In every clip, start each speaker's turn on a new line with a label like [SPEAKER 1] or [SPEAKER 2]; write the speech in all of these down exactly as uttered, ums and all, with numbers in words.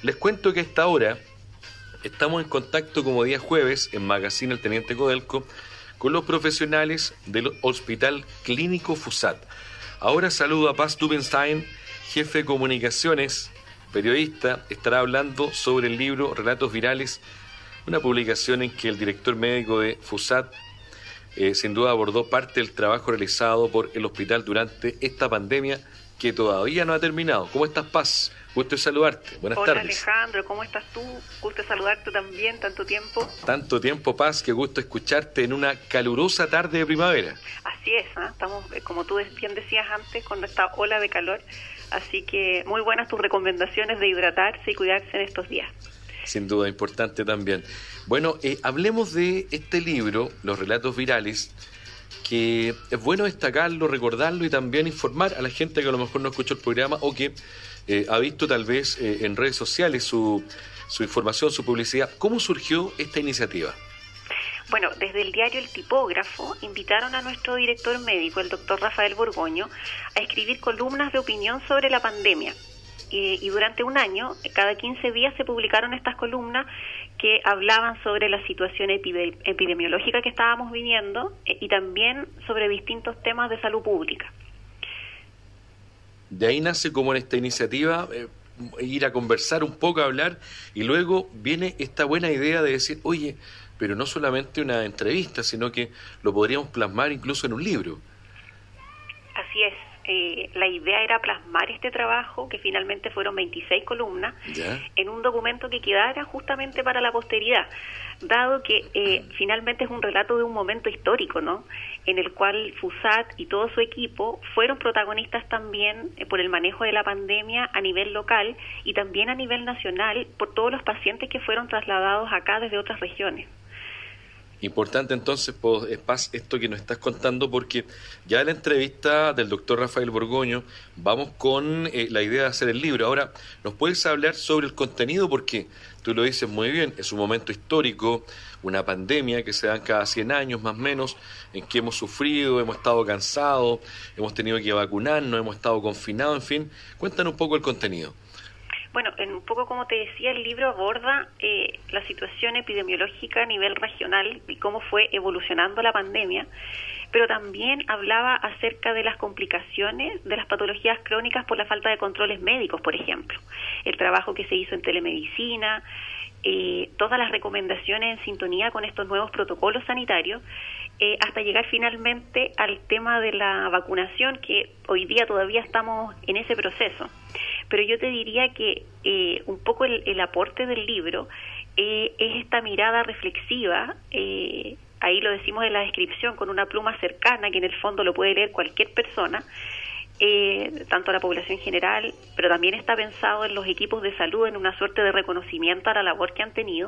[SPEAKER 1] Les cuento que a esta hora estamos en contacto como día jueves en Magazine El Teniente Codelco con los profesionales del Hospital Clínico FUSAT. Ahora saludo a Paz Dubenstein, jefe de comunicaciones, periodista. Estará hablando sobre el libro Relatos Virales, una publicación en que el director médico de FUSAT eh, sin duda abordó parte del trabajo realizado por el hospital durante esta pandemia que todavía no ha terminado. ¿Cómo estás, Paz? Gusto de saludarte. Buenas
[SPEAKER 2] Hola,
[SPEAKER 1] tardes.
[SPEAKER 2] Alejandro, ¿cómo estás tú? Gusto de saludarte también, tanto tiempo.
[SPEAKER 1] Tanto tiempo, Paz, qué gusto escucharte en una calurosa tarde de primavera.
[SPEAKER 2] Así es, ¿eh? Estamos, como tú bien decías antes, con esta ola de calor, así que muy buenas tus recomendaciones de hidratarse y cuidarse en estos días.
[SPEAKER 1] Sin duda, importante también. Bueno, eh, hablemos de este libro, Los Relatos Virales, que es bueno destacarlo, recordarlo y también informar a la gente que a lo mejor no escuchó el programa o que eh, ha visto tal vez eh, en redes sociales su, su información, su publicidad. ¿Cómo surgió esta iniciativa?
[SPEAKER 2] Bueno, desde el diario El Tipógrafo invitaron a nuestro director médico, el doctor Rafael Borgoño, a escribir columnas de opinión sobre la pandemia. Y, y durante un año, cada quince días se publicaron estas columnas que hablaban sobre la situación epide- epidemiológica que estábamos viviendo eh, y también sobre distintos temas de salud pública.
[SPEAKER 1] De ahí nace como en esta iniciativa eh, ir a conversar un poco, a hablar, y luego viene esta buena idea de decir, oye, pero no solamente una entrevista, sino que lo podríamos plasmar incluso en un libro.
[SPEAKER 2] Así es. Eh, la idea era plasmar este trabajo, que finalmente fueron veintiséis columnas, ¿ya?, en un documento que quedara justamente para la posteridad, dado que eh, finalmente es un relato de un momento histórico, ¿no?, en el cual FUSAT y todo su equipo fueron protagonistas también eh, por el manejo de la pandemia a nivel local y también a nivel nacional por todos los pacientes que fueron trasladados acá desde otras regiones.
[SPEAKER 1] Importante entonces, pues, Paz, esto que nos estás contando, porque ya en la entrevista del doctor Rafael Borgoño vamos con eh, la idea de hacer el libro. Ahora, ¿nos puedes hablar sobre el contenido? Porque tú lo dices muy bien, es un momento histórico, una pandemia que se da cada cien años más o menos, en que hemos sufrido, hemos estado cansados, hemos tenido que vacunarnos, hemos estado confinados, en fin. Cuéntanos un poco el contenido.
[SPEAKER 2] Bueno, en un poco como te decía, el libro aborda eh, la situación epidemiológica a nivel regional y cómo fue evolucionando la pandemia, pero también hablaba acerca de las complicaciones de las patologías crónicas por la falta de controles médicos, por ejemplo, el trabajo que se hizo en telemedicina, eh, todas las recomendaciones en sintonía con estos nuevos protocolos sanitarios, eh, hasta llegar finalmente al tema de la vacunación, que hoy día todavía estamos en ese proceso. Pero yo te diría que eh, un poco el, el aporte del libro eh, es esta mirada reflexiva, eh, ahí lo decimos en la descripción, con una pluma cercana que en el fondo lo puede leer cualquier persona, eh, tanto la población general, pero también está pensado en los equipos de salud, en una suerte de reconocimiento a la labor que han tenido.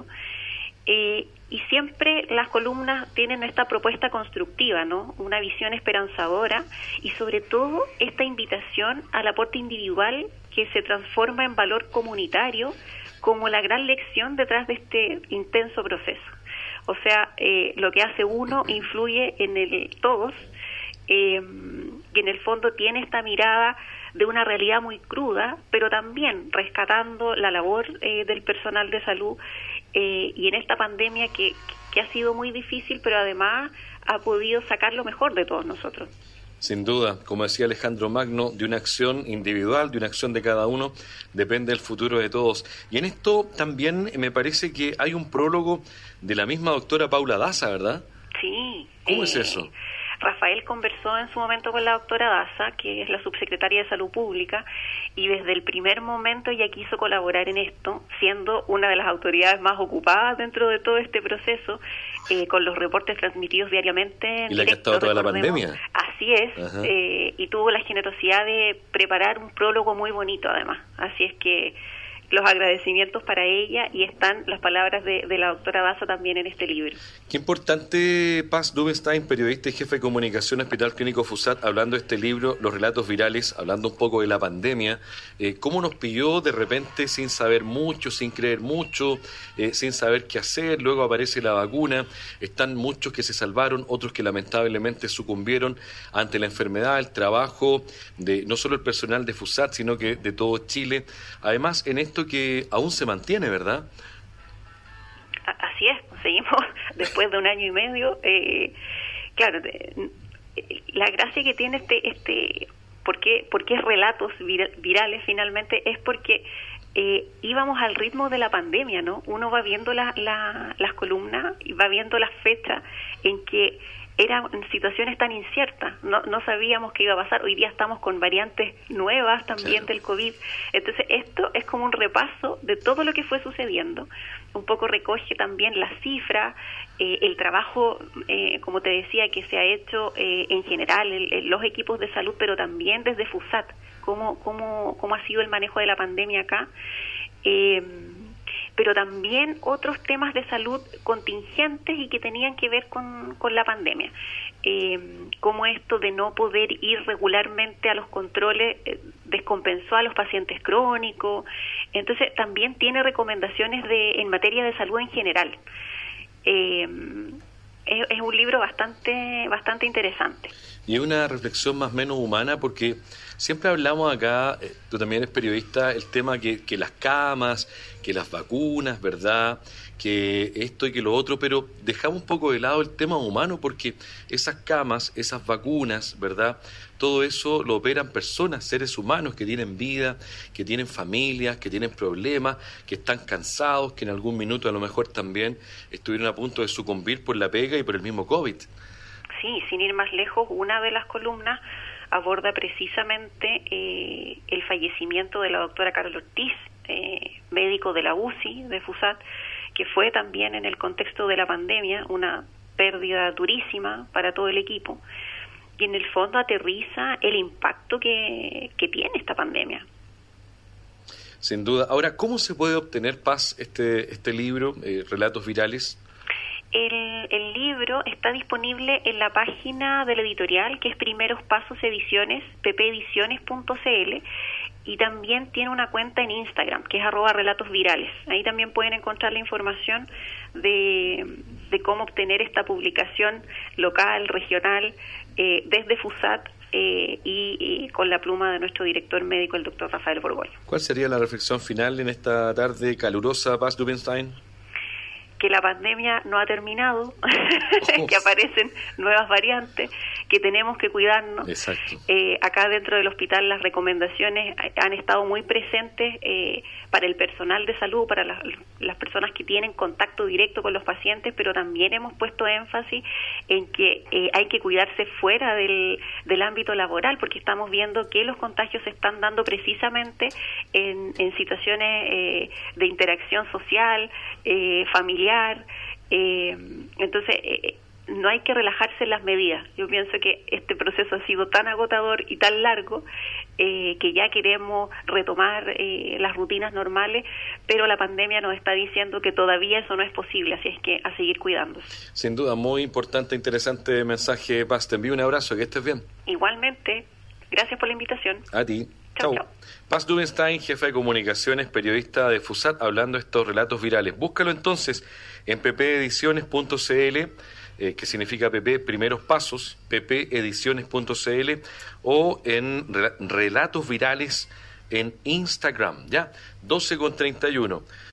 [SPEAKER 2] Eh, y siempre las columnas tienen esta propuesta constructiva, ¿no?, una visión esperanzadora y sobre todo esta invitación al aporte individual que se transforma en valor comunitario como la gran lección detrás de este intenso proceso. O sea, eh, lo que hace uno influye en el todos, eh, y en el fondo tiene esta mirada de una realidad muy cruda, pero también rescatando la labor eh, del personal de salud eh, y en esta pandemia que, que ha sido muy difícil, pero además ha podido sacar lo mejor de todos nosotros.
[SPEAKER 1] Sin duda, como decía Alejandro Magno, de una acción individual, de una acción de cada uno, depende el futuro de todos. Y en esto también me parece que hay un prólogo de la misma doctora Paula Daza, ¿verdad?
[SPEAKER 2] Sí.
[SPEAKER 1] ¿Cómo
[SPEAKER 2] eh,
[SPEAKER 1] es eso?
[SPEAKER 2] Rafael conversó en su momento con la doctora Daza, que es la subsecretaria de Salud Pública, y desde el primer momento ella quiso colaborar en esto, siendo una de las autoridades más ocupadas dentro de todo este proceso, eh, con los reportes transmitidos diariamente en
[SPEAKER 1] y la que ha estado toda la pandemia.
[SPEAKER 2] Así es, eh, y tuvo la generosidad de preparar un prólogo muy bonito además, así es que los agradecimientos para ella y están las palabras de, de la doctora Daza también en este libro.
[SPEAKER 1] Qué importante, Paz Dubenstein, periodista y jefe de comunicación Hospital Clínico FUSAT, hablando de este libro, Los Relatos Virales, hablando un poco de la pandemia, eh, cómo nos pilló de repente sin saber mucho, sin creer mucho, eh, sin saber qué hacer, luego aparece la vacuna, están muchos que se salvaron, otros que lamentablemente sucumbieron ante la enfermedad, el trabajo de no solo el personal de FUSAT, sino que de todo Chile. Además, en este esto que aún se mantiene, ¿verdad?
[SPEAKER 2] Así es, seguimos después de un año y medio. Eh, claro, de, la gracia que tiene este, este ¿por qué, por qué relatos vir, virales finalmente? Es porque eh, íbamos al ritmo de la pandemia, ¿no? Uno va viendo la, la, las columnas y va viendo las fechas en que eran situaciones tan inciertas, no, no sabíamos qué iba a pasar. Hoy día estamos con variantes nuevas también, claro, del COVID. Entonces esto es como un repaso de todo lo que fue sucediendo. Un poco recoge también las cifras, eh, el trabajo, eh, como te decía, que se ha hecho eh, en general en, en los equipos de salud, pero también desde FUSAT, cómo, cómo, cómo ha sido el manejo de la pandemia acá. Eh, pero también otros temas de salud contingentes y que tenían que ver con, con la pandemia, eh, como esto de no poder ir regularmente a los controles eh, descompensó a los pacientes crónicos. Entonces también tiene recomendaciones de en materia de salud en general. Eh, es, es un libro bastante, bastante interesante.
[SPEAKER 1] Y es una reflexión más o menos humana, porque siempre hablamos acá, eh, tú también eres periodista, el tema que, que las camas, que las vacunas, ¿verdad?, que esto y que lo otro, pero dejamos un poco de lado el tema humano, porque esas camas, esas vacunas, ¿verdad?, todo eso lo operan personas, seres humanos que tienen vida, que tienen familias, que tienen problemas, que están cansados, que en algún minuto a lo mejor también estuvieron a punto de sucumbir por la pega y por el mismo COVID.
[SPEAKER 2] Sí, sin ir más lejos, una de las columnas aborda precisamente eh, el fallecimiento de la doctora Carol Ortiz, eh, médico de la U C I, de FUSAT, que fue también en el contexto de la pandemia una pérdida durísima para todo el equipo, y en el fondo aterriza el impacto que, que tiene esta pandemia.
[SPEAKER 1] Sin duda. Ahora, ¿cómo se puede obtener, Paz, este, este libro, eh, Relatos Virales?
[SPEAKER 2] El, el libro está disponible en la página de la editorial, que es Primeros Pasos Ediciones, p p ediciones punto c l, y también tiene una cuenta en Instagram, que es arroba relatos virales. Ahí también pueden encontrar la información de, de cómo obtener esta publicación local, regional, eh, desde FUSAT, eh, y, y con la pluma de nuestro director médico, el doctor Rafael Borgoño.
[SPEAKER 1] ¿Cuál sería la reflexión final en esta tarde calurosa, Paz Dubenstein?
[SPEAKER 2] Que la pandemia no ha terminado, que aparecen nuevas variantes, que tenemos que cuidarnos.
[SPEAKER 1] Exacto.
[SPEAKER 2] Eh, acá dentro del hospital las recomendaciones han estado muy presentes eh, para el personal de salud, para las, las personas que tienen contacto directo con los pacientes, pero también hemos puesto énfasis en que eh, hay que cuidarse fuera del, del ámbito laboral, porque estamos viendo que los contagios se están dando precisamente en, en situaciones eh, de interacción social, eh, familiar. Eh, entonces eh, no hay que relajarse en las medidas. Yo pienso que este proceso ha sido tan agotador y tan largo eh, que ya queremos retomar eh, las rutinas normales, pero la pandemia nos está diciendo que todavía eso no es posible, así es que a seguir cuidándose.
[SPEAKER 1] Sin duda, muy importante, interesante mensaje, Paz. Te envío un abrazo, que estés bien.
[SPEAKER 2] Igualmente, gracias por la invitación.
[SPEAKER 1] A ti.
[SPEAKER 2] Chau,
[SPEAKER 1] Chau.
[SPEAKER 2] chau.
[SPEAKER 1] Paz Dubenstein, jefe de comunicaciones, periodista de FUSAT, hablando de estos relatos virales. Búscalo entonces en p p ediciones punto c l, eh, que significa P P Primeros Pasos, p p ediciones punto c l, o en Relatos Virales en Instagram, ¿ya? doce con treinta y uno.